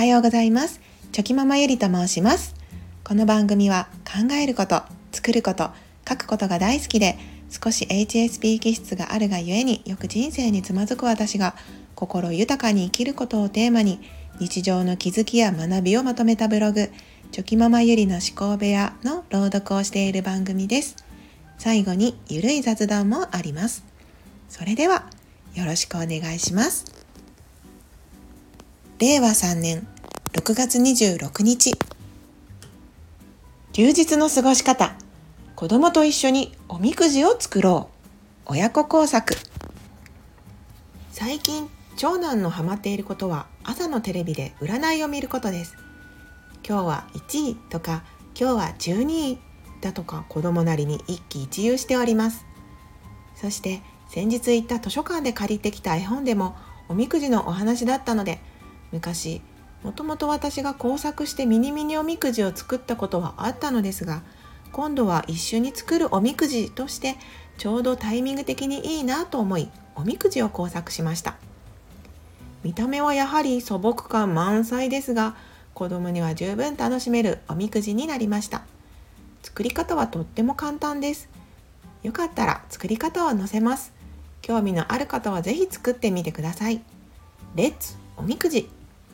はようございます。チョキママゆりと申します。この番組は考えること、作ること、書くことが大好きで、少し HSP 気質があるがゆえによく人生につまずく私が心豊かに生きることをテーマに日常の気づきや学びをまとめたブログ、チョキママゆりの思考部屋の朗読をしている番組です。最後にゆるい雑談もあります。それではよろしくお願いします。令和3年6月26日、充実の過ごし方、子供と一緒におみくじを作ろう、親子工作。最近長男のハマっていることは朝のテレビで占いを見ることです。今日は1位とか今日は12位だとか子供なりに一喜一憂しております。そして先日行った図書館で借りてきた絵本でもおみくじのお話だったので、昔もともと私が工作してミニミニおみくじを作ったことはあったのですが、今度は一緒に作るおみくじとしてちょうどタイミング的にいいなと思い、おみくじを工作しました。見た目はやはり素朴感満載ですが、子供には十分楽しめるおみくじになりました。作り方はとっても簡単です。よかったら作り方を載せます。興味のある方はぜひ作ってみてください。レッツおみくじ。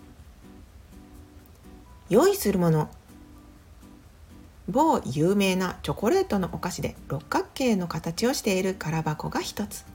用意するもの、某有名なチョコレートのお菓子で六角形の形をしている空箱が1つ。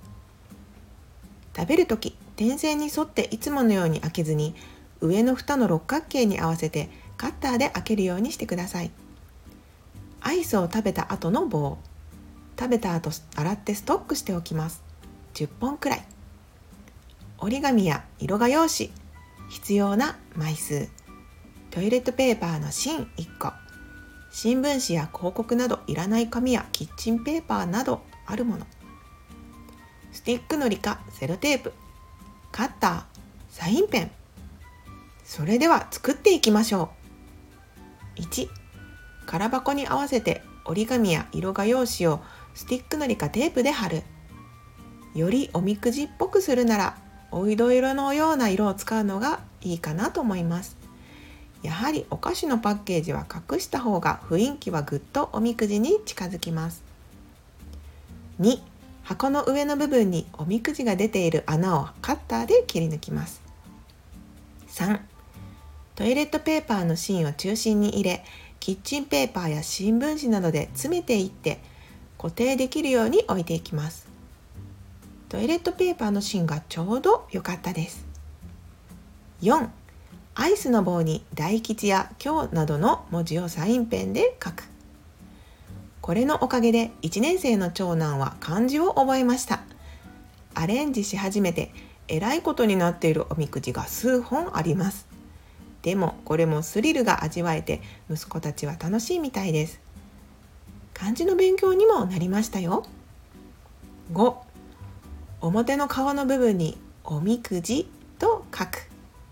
食べるとき点線に沿っていつものように開けずに、上の蓋の六角形に合わせてカッターで開けるようにしてください。アイスを食べた後の棒、食べた後洗ってストックしておきます。10本くらい。折り紙や色画用紙、必要な枚数、トイレットペーパーの芯1個、新聞紙や広告などいらない紙やキッチンペーパーなどあるもの、スティックのりかセロテープ、カッター、サインペン。それでは作っていきましょう。1、空箱に合わせて折り紙や色画用紙をスティックのりかテープで貼る。よりおみくじっぽくするならお色々のような色を使うのがいいかなと思います。やはりお菓子のパッケージは隠した方が雰囲気はぐっとおみくじに近づきます。2、箱の上の部分におみくじが出ている穴をカッターで切り抜きます。3、トイレットペーパーの芯を中心に入れ、キッチンペーパーや新聞紙などで詰めていって固定できるように置いていきます。トイレットペーパーの芯がちょうど良かったです。4、アイスの棒に大吉や凶などの文字をサインペンで書く。これのおかげで1年生の長男は漢字を覚えました。アレンジし始めてえらいことになっているおみくじが数本あります。でもこれもスリルが味わえて息子たちは楽しいみたいです。漢字の勉強にもなりましたよ。5、表の皮の部分におみくじと書く。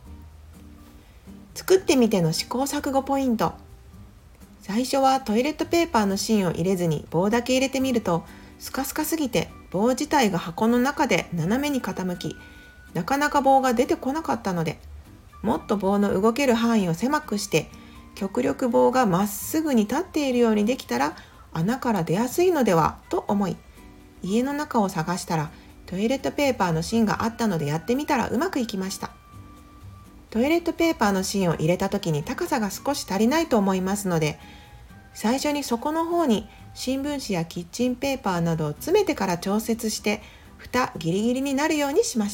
作ってみての試行錯誤ポイント。最初はトイレットペーパーの芯を入れずに棒だけ入れてみると、スカスカすぎて棒自体が箱の中で斜めに傾き、なかなか棒が出てこなかったので、もっと棒の動ける範囲を狭くして、極力棒がまっすぐに立っているようにできたら穴から出やすいのではと思い、家の中を探したらトイレットペーパーの芯があったのでやってみたらうまくいきました。トイレットペーパーの芯を入れた時に高さが少し足りないと思いますので、最初に底の方に新聞紙やキッチンペーパーなどを詰めてから調節して蓋ギリギリになるようにしました。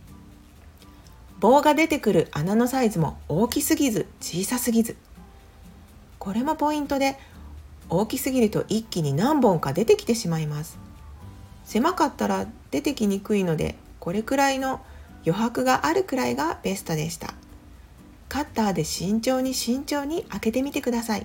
棒が出てくる穴のサイズも大きすぎず小さすぎず。これもポイントで、大きすぎると一気に何本か出てきてしまいます。狭かったら出てきにくいので、これくらいの余白があるくらいがベストでした。カッターで慎重に開けてみてください。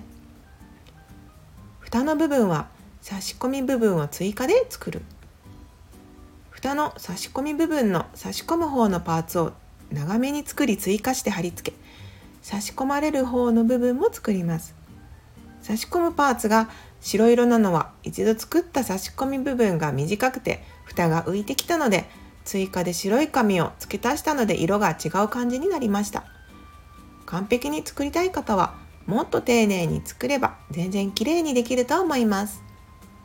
蓋の部分は差し込み部分を追加で作る。蓋の差し込み部分の差し込む方のパーツを長めに作り追加して貼り付け、差し込まれる方の部分も作ります。差し込むパーツが白色なのは一度作った差し込み部分が短くて蓋が浮いてきたので、追加で白い紙を付け足したので色が違う感じになりました。 完璧に作りたい方はもっと丁寧に作れば全然綺麗にできると思います。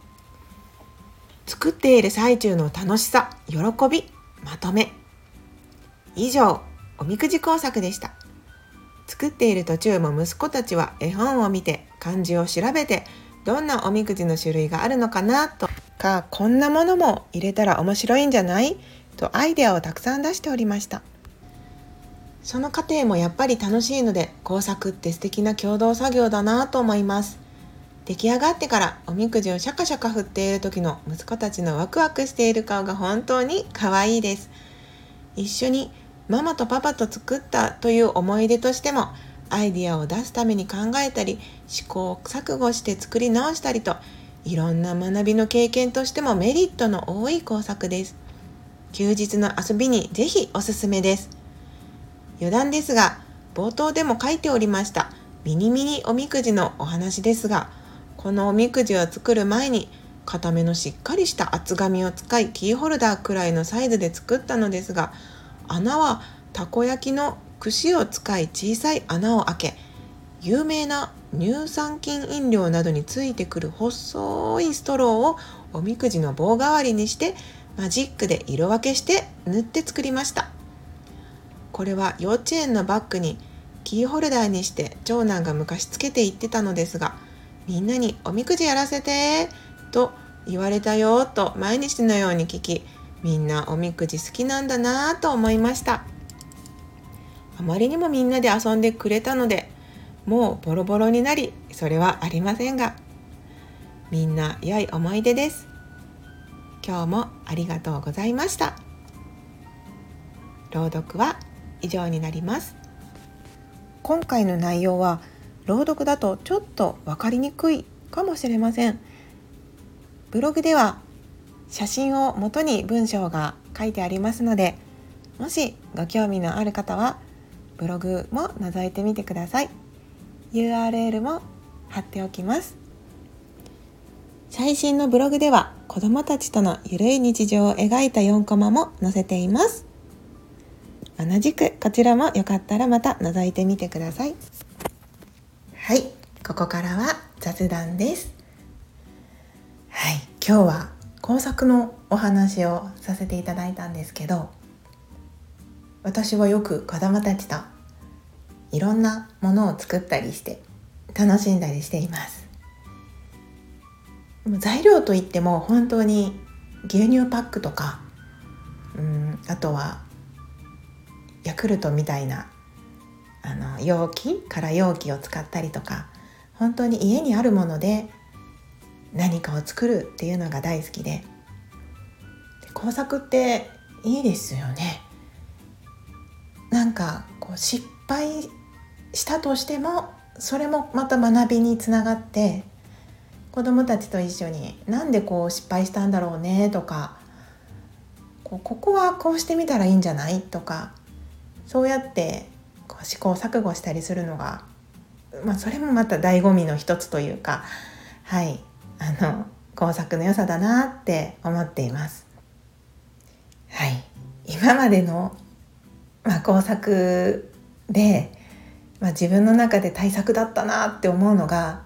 作っている最中の楽しさ、喜び、まとめ。以上、おみくじ工作でした。作っている途中も息子たちは絵本を見て漢字を調べて、どんなおみくじの種類があるのかなとか、こんなものも入れたら面白いんじゃないとアイデアをたくさん出しておりました。その過程もやっぱり楽しいので、工作って素敵な共同作業だなと思います。出来上がってからおみくじをシャカシャカ振っている時の息子たちのワクワクしている顔が本当に可愛いです。一緒にママとパパと作ったという思い出としても、アイディアを出すために考えたり、試行錯誤して作り直したりと、いろんな学びの経験としてもメリットの多い工作です。休日の遊びにぜひおすすめです。余談ですが、冒頭でも書いておりましたミニミニおみくじのお話ですが、このおみくじを作る前に固めのしっかりした厚紙を使い、キーホルダーくらいのサイズで作ったのですが、穴はたこ焼きの串を使い小さい穴を開け、有名な乳酸菌飲料などについてくる細いストローをおみくじの棒代わりにして、マジックで色分けして塗って作りました。これは幼稚園のバッグにキーホルダーにして長男が昔つけていってたのですが、みんなにおみくじやらせてと言われたよと毎日のように聞き、みんなおみくじ好きなんだなと思いました。あまりにもみんなで遊んでくれたので、もうボロボロになり、それはありませんが、みんな良い思い出です。今日もありがとうございました。朗読は以上になります。今回の内容は朗読だとちょっと分かりにくいかもしれません。ブログでは写真を元に文章が書いてありますので、もしご興味のある方はブログも覗いてみてください。 URL も貼っておきます。最新のブログでは子どもたちとのゆるい日常を描いた4コマも載せています。同じくこちらもよかったらまた覗いてみてください。はい、ここからは雑談です。はい、今日は工作のお話をさせていただいたんですけど、私はよく子どもたちといろんなものを作ったりして楽しんだりしています。材料といっても本当に牛乳パックとか、あとはヤクルトみたいな空容器を使ったりとか、本当に家にあるもので何かを作るっていうのが大好きで、工作っていいですよね。なんか失敗したとしても、それもまた学びにつながって、子どもたちと一緒になんで失敗したんだろうねとか、ここはこうしてみたらいいんじゃないとか、そうやって試行錯誤したりするのが、それもまた醍醐味の一つというか、はい、工作の良さだなって思っています。はい、今までの、工作で、自分の中で大作だったなって思うのが、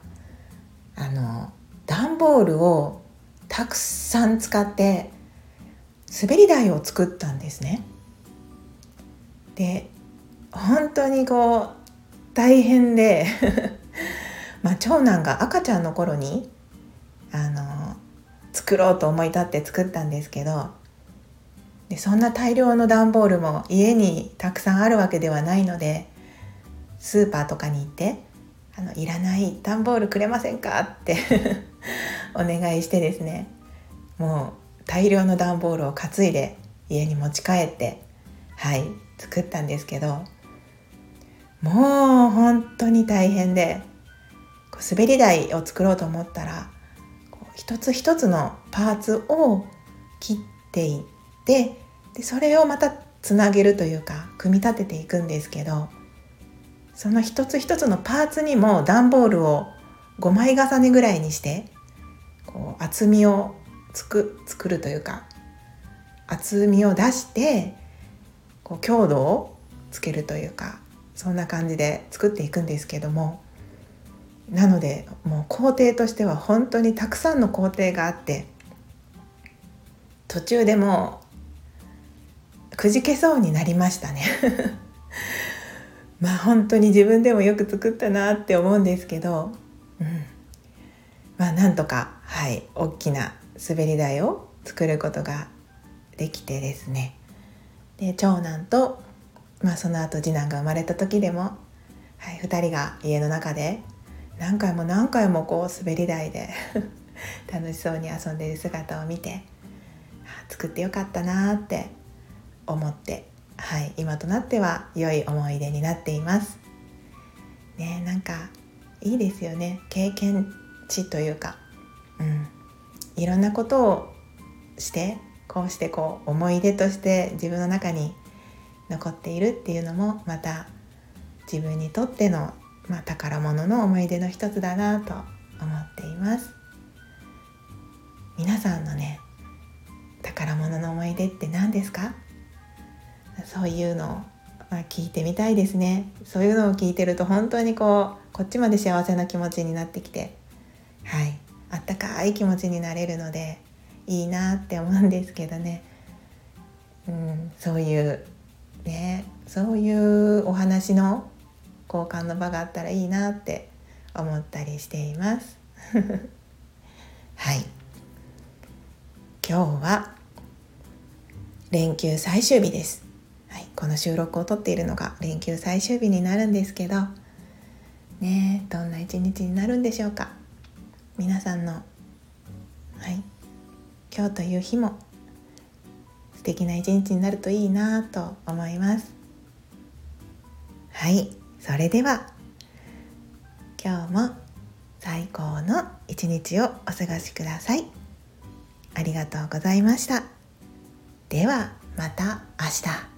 段ボールをたくさん使って滑り台を作ったんですね。で、本当に大変で長男が赤ちゃんの頃に作ろうと思い立って作ったんですけど、でそんな大量の段ボールも家にたくさんあるわけではないので、スーパーとかに行っていらない段ボールくれませんかってお願いしてですね、もう大量の段ボールを担いで家に持ち帰って、作ったんですけど、もう本当に大変で、滑り台を作ろうと思ったら一つ一つのパーツを切っていって、でそれをまたつなげるというか組み立てていくんですけど、その一つ一つのパーツにも段ボールを5枚重ねぐらいにして厚みを作るというか、厚みを出して強度をつけるというか、 そんな感じで作っていくんですけども、なのでもう工程としては本当にたくさんの工程があって、途中でもうくじけそうになりましたねまあ本当に自分でもよく作ったなって思うんですけど、まあなんとか大きな滑り台を作ることができてですね、で長男と、その後次男が生まれた時でも、2人が家の中で何回も何回もこう滑り台で楽しそうに遊んでいる姿を見て、作ってよかったなって思って、今となっては良い思い出になっていますね。なんかいいですよね、経験値というか、いろんなことをしてこうしてこう思い出として自分の中に残っているっていうのも、また自分にとっての、宝物の思い出の一つだなと思っています。皆さんのね、宝物の思い出って何ですか？そういうのを、聞いてみたいですね。そういうのを聞いてると本当にこっちまで幸せな気持ちになってきて、あったかい気持ちになれるのでいいなって思うんですけどね。そういうお話の交換の場があったらいいなって思ったりしています今日は連休最終日です。この収録を撮っているのが連休最終日になるんですけどね、どんな一日になるんでしょうか。皆さんの、今日という日も素敵な一日になるといいなと思います。それでは今日も最高の一日をお過ごしください。ありがとうございました。ではまた明日。